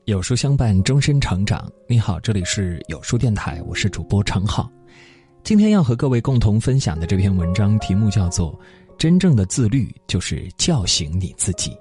有书相伴，终身成长。你好，这里是有书电台，我是主播程浩。今天要和各位共同分享的这篇文章题目叫做真正的自律就是叫醒你自己。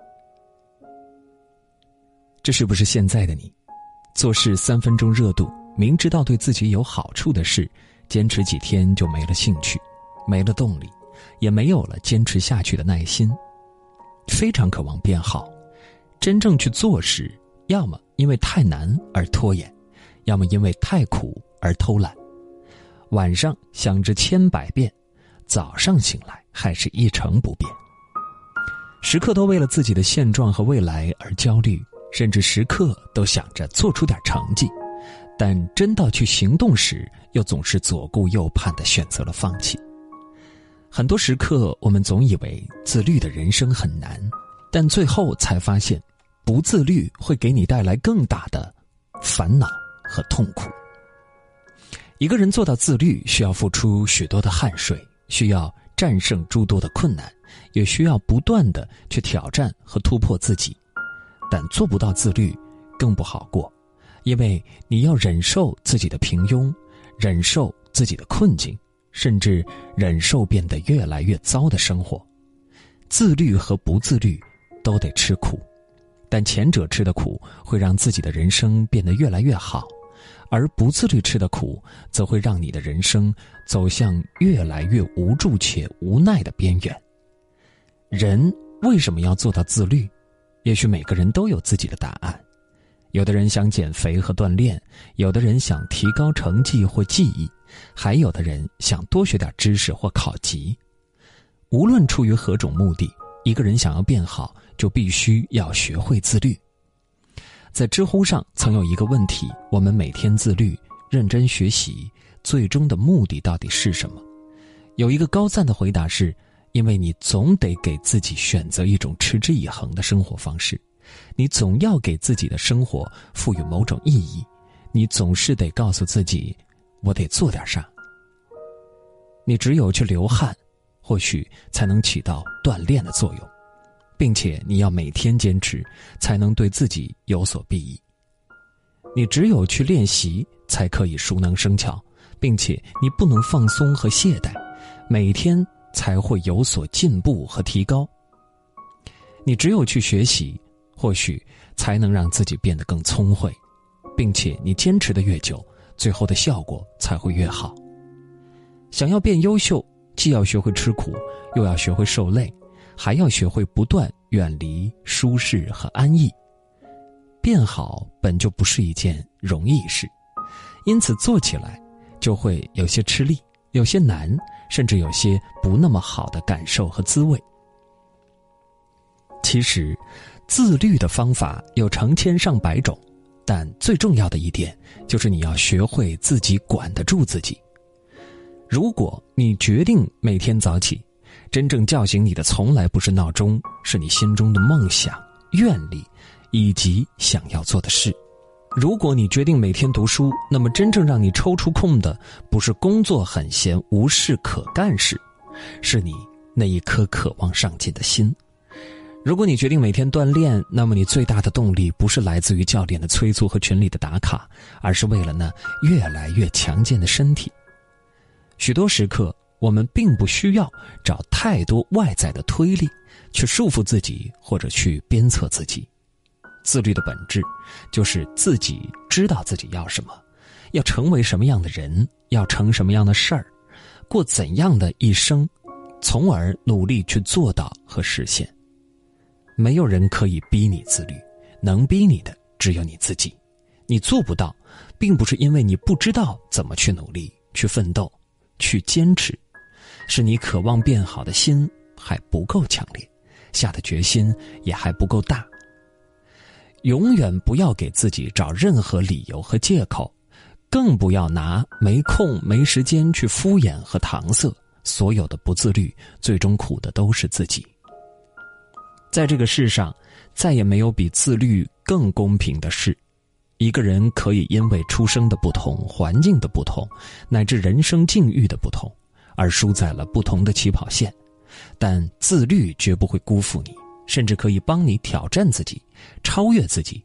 这是不是现在的你做事3分钟热度，明知道对自己有好处的事，坚持几天就没了兴趣，没了动力，也没有了坚持下去的耐心，非常渴望变好，真正去做时，要么因为太难而拖延，要么因为太苦而偷懒。晚上想着千百遍，早上醒来还是一成不变。时刻都为了自己的现状和未来而焦虑，甚至时刻都想着做出点成绩，但真到去行动时，又总是左顾右盼地选择了放弃。很多时刻我们总以为自律的人生很难，但最后才发现不自律会给你带来更大的烦恼和痛苦。一个人做到自律，需要付出许多的汗水，需要战胜诸多的困难，也需要不断地去挑战和突破自己。但做不到自律更不好过，因为你要忍受自己的平庸，忍受自己的困境，甚至忍受变得越来越糟的生活。自律和不自律都得吃苦，但前者吃的苦会让自己的人生变得越来越好，而不自律吃的苦则会让你的人生走向越来越无助且无奈的边缘。人为什么要做到自律？也许每个人都有自己的答案。有的人想减肥和锻炼，有的人想提高成绩或技艺，还有的人想多学点知识或考级。无论出于何种目的，一个人想要变好，就必须要学会自律。在知乎上曾有一个问题，我们每天自律认真学习，最终的目的到底是什么？有一个高赞的回答是，因为你总得给自己选择一种持之以恒的生活方式，你总要给自己的生活赋予某种意义，你总是得告诉自己，我得做点啥。你只有去流汗，或许才能起到锻炼的作用，并且你要每天坚持，才能对自己有所裨益。你只有去练习，才可以熟能生巧，并且你不能放松和懈怠，每天才会有所进步和提高。你只有去学习，或许才能让自己变得更聪慧，并且你坚持的越久，最后的效果才会越好。想要变优秀，既要学会吃苦，又要学会受累，还要学会不断远离舒适和安逸。变好本就不是一件容易事，因此做起来就会有些吃力，有些难，甚至有些不那么好的感受和滋味。其实自律的方法有成千上百种，但最重要的一点就是你要学会自己管得住自己。如果你决定每天早起，真正叫醒你的从来不是闹钟，是你心中的梦想、愿力以及想要做的事。如果你决定每天读书，那么真正让你抽出空的不是工作很闲无事可干时，是你那一颗渴望上进的心。如果你决定每天锻炼，那么你最大的动力不是来自于教练的催促和群里的打卡，而是为了那越来越强健的身体。许多时刻我们并不需要找太多外在的推力去束缚自己，或者去鞭策自己。自律的本质就是自己知道自己要什么，要成为什么样的人，要成什么样的事儿，过怎样的一生，从而努力去做到和实现。没有人可以逼你自律，能逼你的只有你自己。你做不到，并不是因为你不知道怎么去努力，去奋斗，去坚持，是你渴望变好的心还不够强烈，下的决心也还不够大。永远不要给自己找任何理由和借口，更不要拿没空没时间去敷衍和搪塞。所有的不自律，最终苦的都是自己。在这个世上，再也没有比自律更公平的事。一个人可以因为出生的不同、环境的不同，乃至人生境遇的不同，而输在了不同的起跑线，但自律绝不会辜负你，甚至可以帮你挑战自己，超越自己，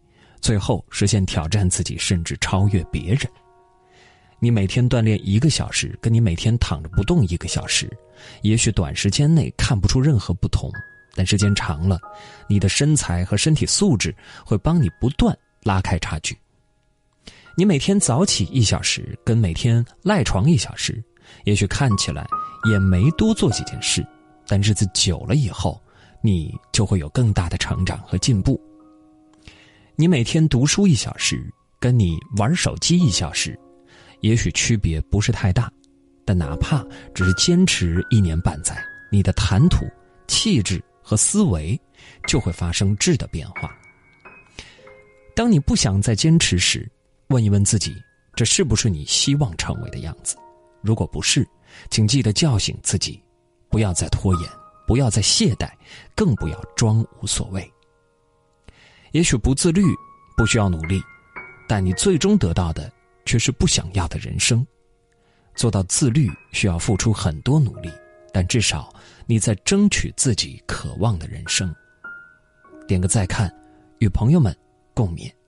最后实现挑战自己，甚至超越别人。你每天锻炼1个小时，跟你每天躺着不动1个小时，也许短时间内看不出任何不同，但时间长了，你的身材和身体素质会帮你不断拉开差距。你每天早起1小时，跟每天赖床1小时，也许看起来也没多做几件事，但日子久了以后，你就会有更大的成长和进步。你每天读书1小时，跟你玩手机1小时，也许区别不是太大，但哪怕只是坚持1年半载，你的谈吐、气质和思维就会发生质的变化。当你不想再坚持时，问一问自己，这是不是你希望成为的样子？如果不是，请记得叫醒自己，不要再拖延，不要再懈怠，更不要装无所谓。也许不自律，不需要努力，但你最终得到的却是不想要的人生。做到自律需要付出很多努力，但至少你在争取自己渴望的人生。点个再看，与朋友们共勉。